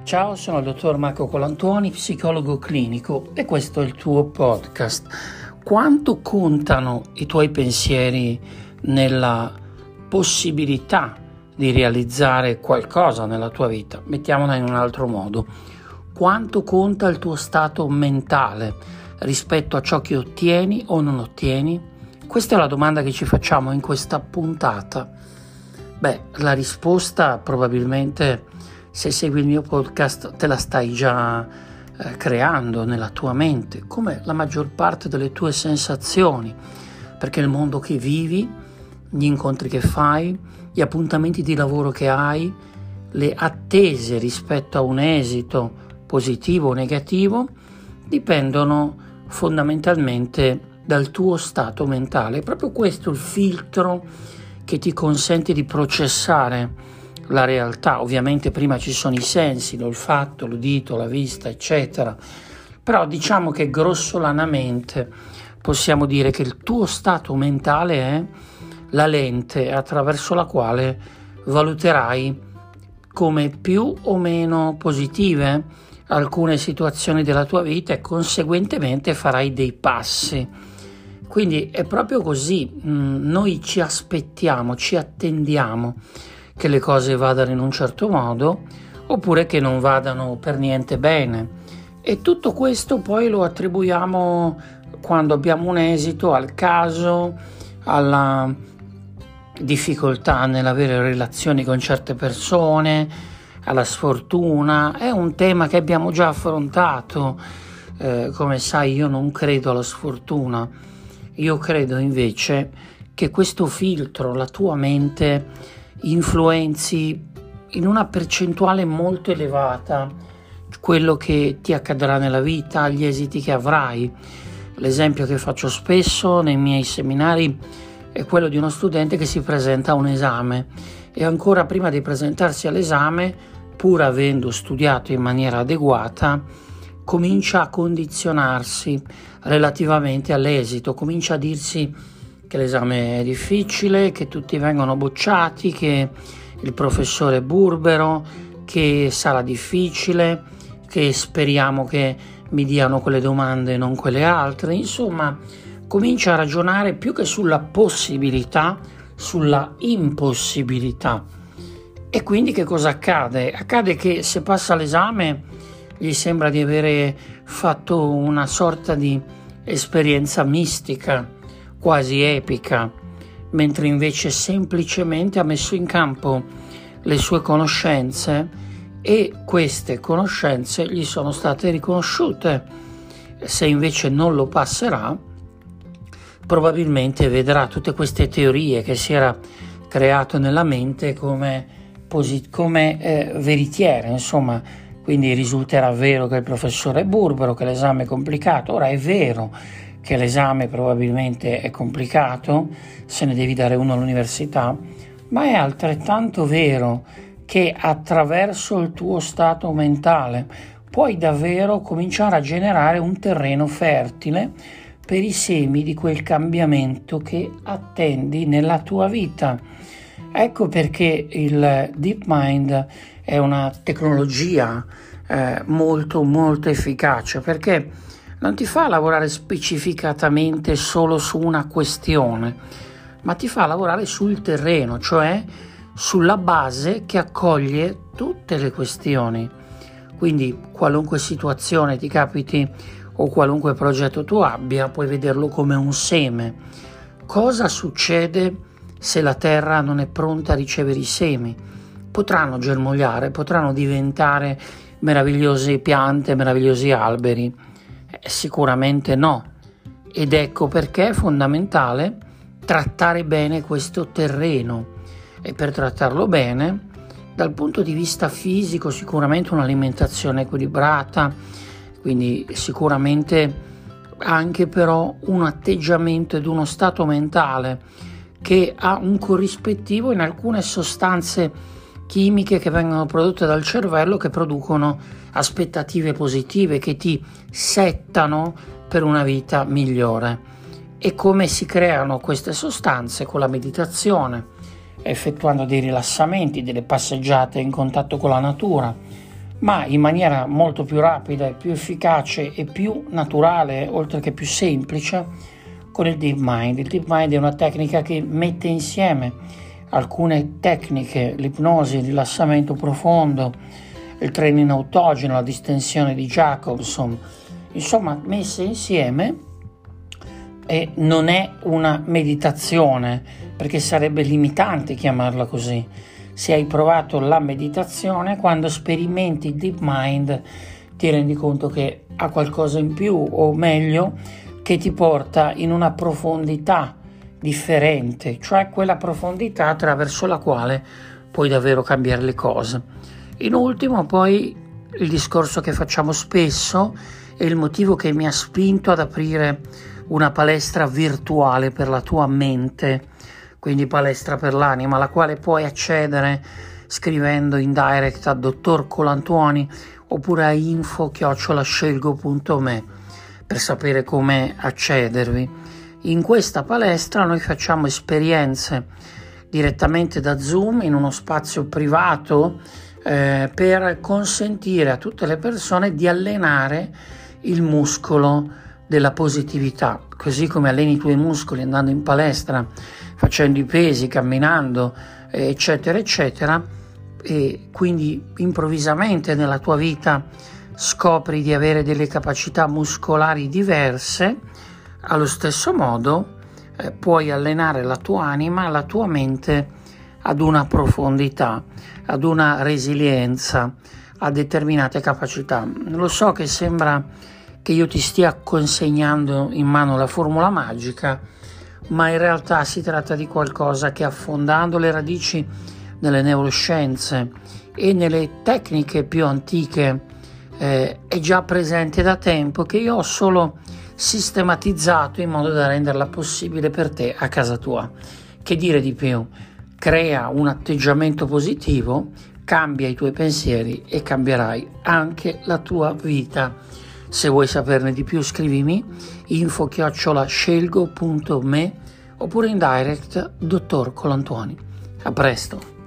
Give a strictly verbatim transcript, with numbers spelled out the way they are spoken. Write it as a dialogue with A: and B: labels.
A: Ciao, sono il dottor Marco Colantuoni, psicologo clinico, e questo è il tuo podcast. Quanto contano i tuoi pensieri nella possibilità di realizzare qualcosa nella tua vita? Mettiamola in un altro modo. Quanto conta il tuo stato mentale rispetto a ciò che ottieni o non ottieni? Questa è la domanda che ci facciamo in questa puntata. Beh, la risposta probabilmente, se segui il mio podcast, te la stai già eh, creando nella tua mente, come la maggior parte delle tue sensazioni, perché il mondo che vivi, gli incontri che fai, gli appuntamenti di lavoro che hai, le attese rispetto a un esito positivo o negativo, dipendono fondamentalmente dal tuo stato mentale. È proprio questo il filtro che ti consente di processare la realtà. Ovviamente prima ci sono i sensi, l'olfatto, l'udito, la vista, eccetera, però diciamo che grossolanamente possiamo dire che il tuo stato mentale è la lente attraverso la quale valuterai come più o meno positive alcune situazioni della tua vita e conseguentemente farai dei passi. Quindi è proprio così, noi ci aspettiamo, ci attendiamo che le cose vadano in un certo modo oppure che non vadano per niente bene, e tutto questo poi lo attribuiamo, quando abbiamo un esito, al caso, alla difficoltà nell'avere relazioni con certe persone, alla sfortuna. È un tema che abbiamo già affrontato. Eh, come sai, io non credo alla sfortuna, io credo invece che questo filtro, la tua mente, influenzi in una percentuale molto elevata quello che ti accadrà nella vita, gli esiti che avrai. L'esempio che faccio spesso nei miei seminari è quello di uno studente che si presenta a un esame e ancora prima di presentarsi all'esame, pur avendo studiato in maniera adeguata, comincia a condizionarsi relativamente all'esito, comincia a dirsi che l'esame è difficile, che tutti vengono bocciati, che il professore è burbero, che sarà difficile, che speriamo che mi diano quelle domande e non quelle altre. Insomma, comincia a ragionare più che sulla possibilità, sulla impossibilità. E quindi che cosa accade? Accade che se passa l'esame gli sembra di avere fatto una sorta di esperienza mistica, quasi epica, mentre invece semplicemente ha messo in campo le sue conoscenze e queste conoscenze gli sono state riconosciute. Se invece non lo passerà, probabilmente vedrà tutte queste teorie che si era creato nella mente come, posit- come eh, veritiere, insomma. Quindi risulterà vero che il professore è burbero, che l'esame è complicato. Ora è vero che l'esame probabilmente è complicato, se ne devi dare uno all'università, ma è altrettanto vero che attraverso il tuo stato mentale puoi davvero cominciare a generare un terreno fertile per i semi di quel cambiamento che attendi nella tua vita. Ecco perché il DeepMind è una tecnologia eh, molto molto efficace, perché non ti fa lavorare specificatamente solo su una questione, ma ti fa lavorare sul terreno, cioè sulla base che accoglie tutte le questioni. Quindi qualunque situazione ti capiti o qualunque progetto tu abbia, puoi vederlo come un seme. Cosa succede se la terra non è pronta a ricevere i semi? Potranno germogliare, potranno diventare meravigliose piante, meravigliosi alberi? Eh, sicuramente no, ed ecco perché è fondamentale trattare bene questo terreno, e per trattarlo bene dal punto di vista fisico sicuramente un'alimentazione equilibrata, quindi sicuramente anche però un atteggiamento ed uno stato mentale che ha un corrispettivo in alcune sostanze chimiche che vengono prodotte dal cervello, che producono aspettative positive, che ti settano per una vita migliore. E come si creano queste sostanze? Con la meditazione, effettuando dei rilassamenti, delle passeggiate in contatto con la natura, ma in maniera molto più rapida e più efficace e più naturale, oltre che più semplice, con il Deep Mind. Il Deep Mind è una tecnica che mette insieme alcune tecniche, l'ipnosi, il rilassamento profondo, il training autogeno, la distensione di Jacobson, insomma messe insieme, e non è una meditazione, perché sarebbe limitante chiamarla così. Se hai provato la meditazione, quando sperimenti il Deep Mind ti rendi conto che ha qualcosa in più, o meglio, che ti porta in una profondità differente, cioè quella profondità attraverso la quale puoi davvero cambiare le cose. In ultimo, poi, il discorso che facciamo spesso e il motivo che mi ha spinto ad aprire una palestra virtuale per la tua mente, quindi palestra per l'anima, alla quale puoi accedere scrivendo in direct a dottor Colantuoni oppure a info chiocciola scelgo punto me per sapere come accedervi. In questa palestra noi facciamo esperienze direttamente da Zoom in uno spazio privato eh, per consentire a tutte le persone di allenare il muscolo della positività, così come alleni i tuoi muscoli andando in palestra, facendo i pesi, camminando, eccetera, eccetera, e quindi improvvisamente nella tua vita scopri di avere delle capacità muscolari diverse. Allo stesso modo eh, puoi allenare la tua anima, la tua mente ad una profondità, ad una resilienza, a determinate capacità. Lo so che sembra che io ti stia consegnando in mano la formula magica, ma in realtà si tratta di qualcosa che, affondando le radici nelle neuroscienze e nelle tecniche più antiche, eh, è già presente da tempo, che io ho solo sistematizzato in modo da renderla possibile per te a casa tua. Che dire di più? Crea un atteggiamento positivo, cambia i tuoi pensieri e cambierai anche la tua vita. Se vuoi saperne di più, scrivimi info chiocciola scelgo punto me oppure in direct dottor Colantuoni. A presto!